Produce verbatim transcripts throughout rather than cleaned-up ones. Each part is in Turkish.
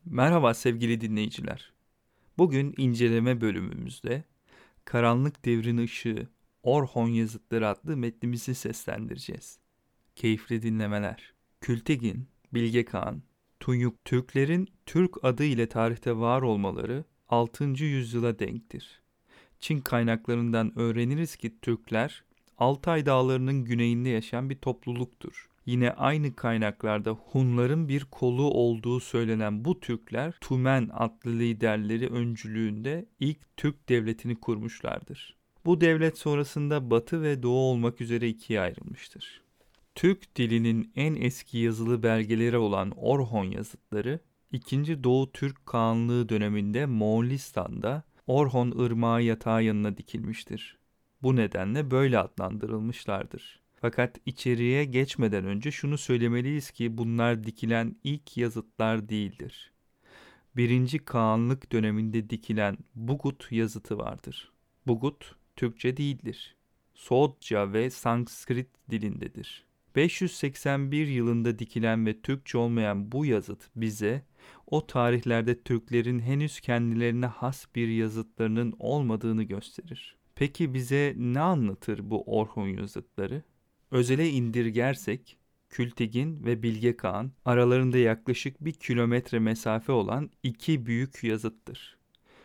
Merhaba sevgili dinleyiciler. Bugün inceleme bölümümüzde Karanlık Devrin Işığı, Orhon Yazıtları adlı metnimizi seslendireceğiz. Keyifli dinlemeler. Kültigin, Bilge Kağan, Tunyuk Türklerin Türk adı ile tarihte var olmaları altıncı yüzyıla denktir. Çin kaynaklarından öğreniriz ki Türkler Altay Dağları'nın güneyinde yaşayan bir topluluktur. Yine aynı kaynaklarda Hunların bir kolu olduğu söylenen bu Türkler Tümen adlı liderleri öncülüğünde ilk Türk devletini kurmuşlardır. Bu devlet sonrasında Batı ve Doğu olmak üzere ikiye ayrılmıştır. Türk dilinin en eski yazılı belgeleri olan Orhon yazıtları, ikinci. Doğu Türk Kağanlığı döneminde Moğolistan'da Orhon Irmağı yatağı yanına dikilmiştir. Bu nedenle böyle adlandırılmışlardır. Fakat içeriye geçmeden önce şunu söylemeliyiz ki bunlar dikilen ilk yazıtlar değildir. Birinci Kağanlık döneminde dikilen Bugut yazıtı vardır. Bugut, Türkçe değildir. Soğutça ve Sanskrit dilindedir. beş yüz seksen bir yılında dikilen ve Türkçe olmayan bu yazıt bize o tarihlerde Türklerin henüz kendilerine has bir yazıtlarının olmadığını gösterir. Peki bize ne anlatır bu Orhun yazıtları? Özele indirgersek Kültigin ve Bilge Kağan aralarında yaklaşık bir kilometre mesafe olan iki büyük yazıttır.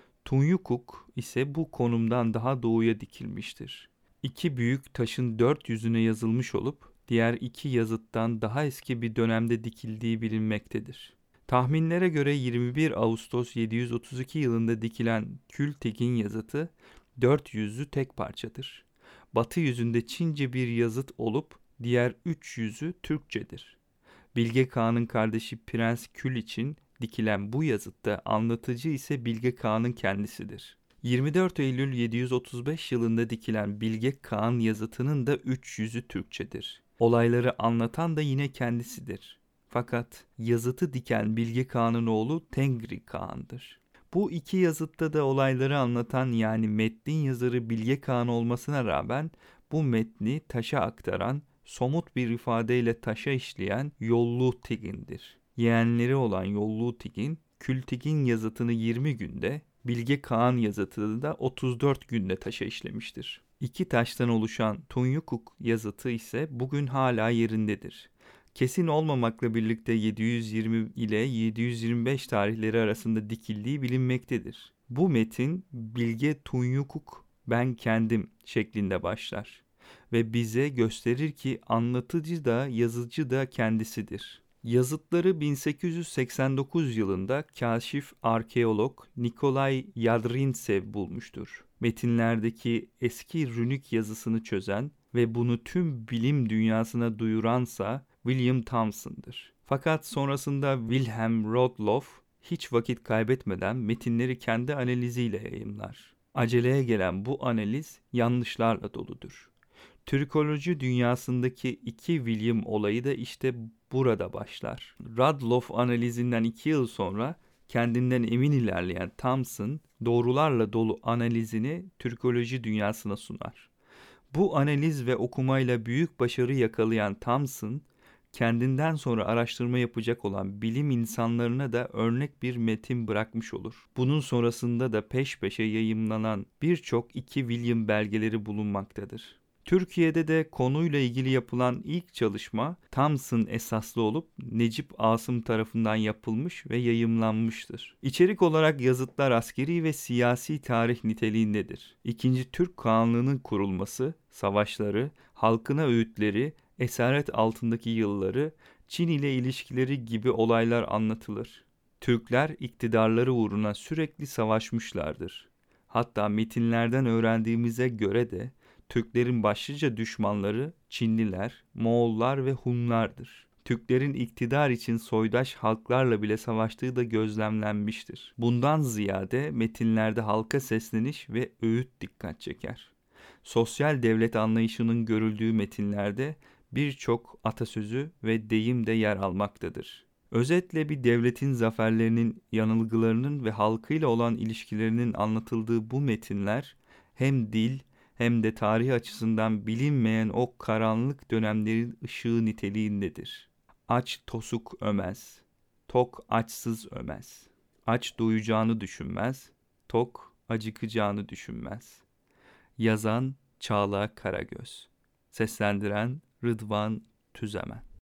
Tunyukuk ise bu konumdan daha doğuya dikilmiştir. İki büyük taşın dört yüzüne yazılmış olup diğer iki yazıttan daha eski bir dönemde dikildiği bilinmektedir. Tahminlere göre yirmi bir Ağustos yedi yüz otuz iki yılında dikilen Kültigin yazıtı dört yüzlü tek parçadır. Batı yüzünde Çince bir yazıt olup diğer üç yüzü Türkçedir. Bilge Kağan'ın kardeşi Prens Kül için dikilen bu yazıtta anlatıcı ise Bilge Kağan'ın kendisidir. yirmi dört Eylül yedi yüz otuz beş yılında dikilen Bilge Kağan yazıtının da üç yüzü Türkçedir. Olayları anlatan da yine kendisidir. Fakat yazıtı diken Bilge Kağan'ın oğlu Tengri Kağan'dır. Bu iki yazıtta da olayları anlatan yani metnin yazarı Bilge Kağan olmasına rağmen bu metni taşa aktaran, somut bir ifadeyle taşa işleyen Yollu Tigin'dir. Yeğenleri olan Yollu Tigin, Kültigin yazıtını yirmi günde, Bilge Kağan yazıtını da otuz dört günde taşa işlemiştir. İki taştan oluşan Tunyukuk yazıtı ise bugün hala yerindedir. Kesin olmamakla birlikte yedi yüz yirmi ile yedi yüz yirmi beş tarihleri arasında dikildiği bilinmektedir. Bu metin Bilge Tunyukuk ben kendim şeklinde başlar ve bize gösterir ki anlatıcı da yazıcı da kendisidir. Yazıtları bin sekiz yüz seksen dokuz yılında kaşif arkeolog Nikolay Yadrintsev bulmuştur. Metinlerdeki eski runik yazısını çözen ve bunu tüm bilim dünyasına duyuransa William Thomson'dır. Fakat sonrasında Wilhelm Rudolph hiç vakit kaybetmeden metinleri kendi analiziyle yayımlar. Aceleye gelen bu analiz yanlışlarla doludur. Türkoloji dünyasındaki iki William olayı da işte burada başlar. Radloff analizinden iki yıl sonra kendinden emin ilerleyen Thomson, doğrularla dolu analizini Türkoloji dünyasına sunar. Bu analiz ve okumayla büyük başarı yakalayan Thomson, kendinden sonra araştırma yapacak olan bilim insanlarına da örnek bir metin bırakmış olur. Bunun sonrasında da peş peşe yayımlanan birçok iki William belgeleri bulunmaktadır. Türkiye'de de konuyla ilgili yapılan ilk çalışma Thomson esaslı olup Necip Asım tarafından yapılmış ve yayımlanmıştır. İçerik olarak yazıtlar askeri ve siyasi tarih niteliğindedir. İkinci Türk Kağanlığı'nın kurulması, savaşları, halkına öğütleri, esaret altındaki yılları, Çin ile ilişkileri gibi olaylar anlatılır. Türkler iktidarları uğruna sürekli savaşmışlardır. Hatta metinlerden öğrendiğimize göre de Türklerin başlıca düşmanları Çinliler, Moğollar ve Hunlardır. Türklerin iktidar için soydaş halklarla bile savaştığı da gözlemlenmiştir. Bundan ziyade metinlerde halka sesleniş ve öğüt dikkat çeker. Sosyal devlet anlayışının görüldüğü metinlerde birçok atasözü ve deyim de yer almaktadır. Özetle bir devletin zaferlerinin, yanılgılarının ve halkıyla olan ilişkilerinin anlatıldığı bu metinler hem dil hem de tarih açısından bilinmeyen o karanlık dönemlerin ışığı niteliğindedir. Aç tosuk ömez, tok açsız ömez. Aç doyacağını düşünmez, tok acıkacağını düşünmez. Yazan Çağla Karagöz. Seslendiren Rıdvan Tüzemen.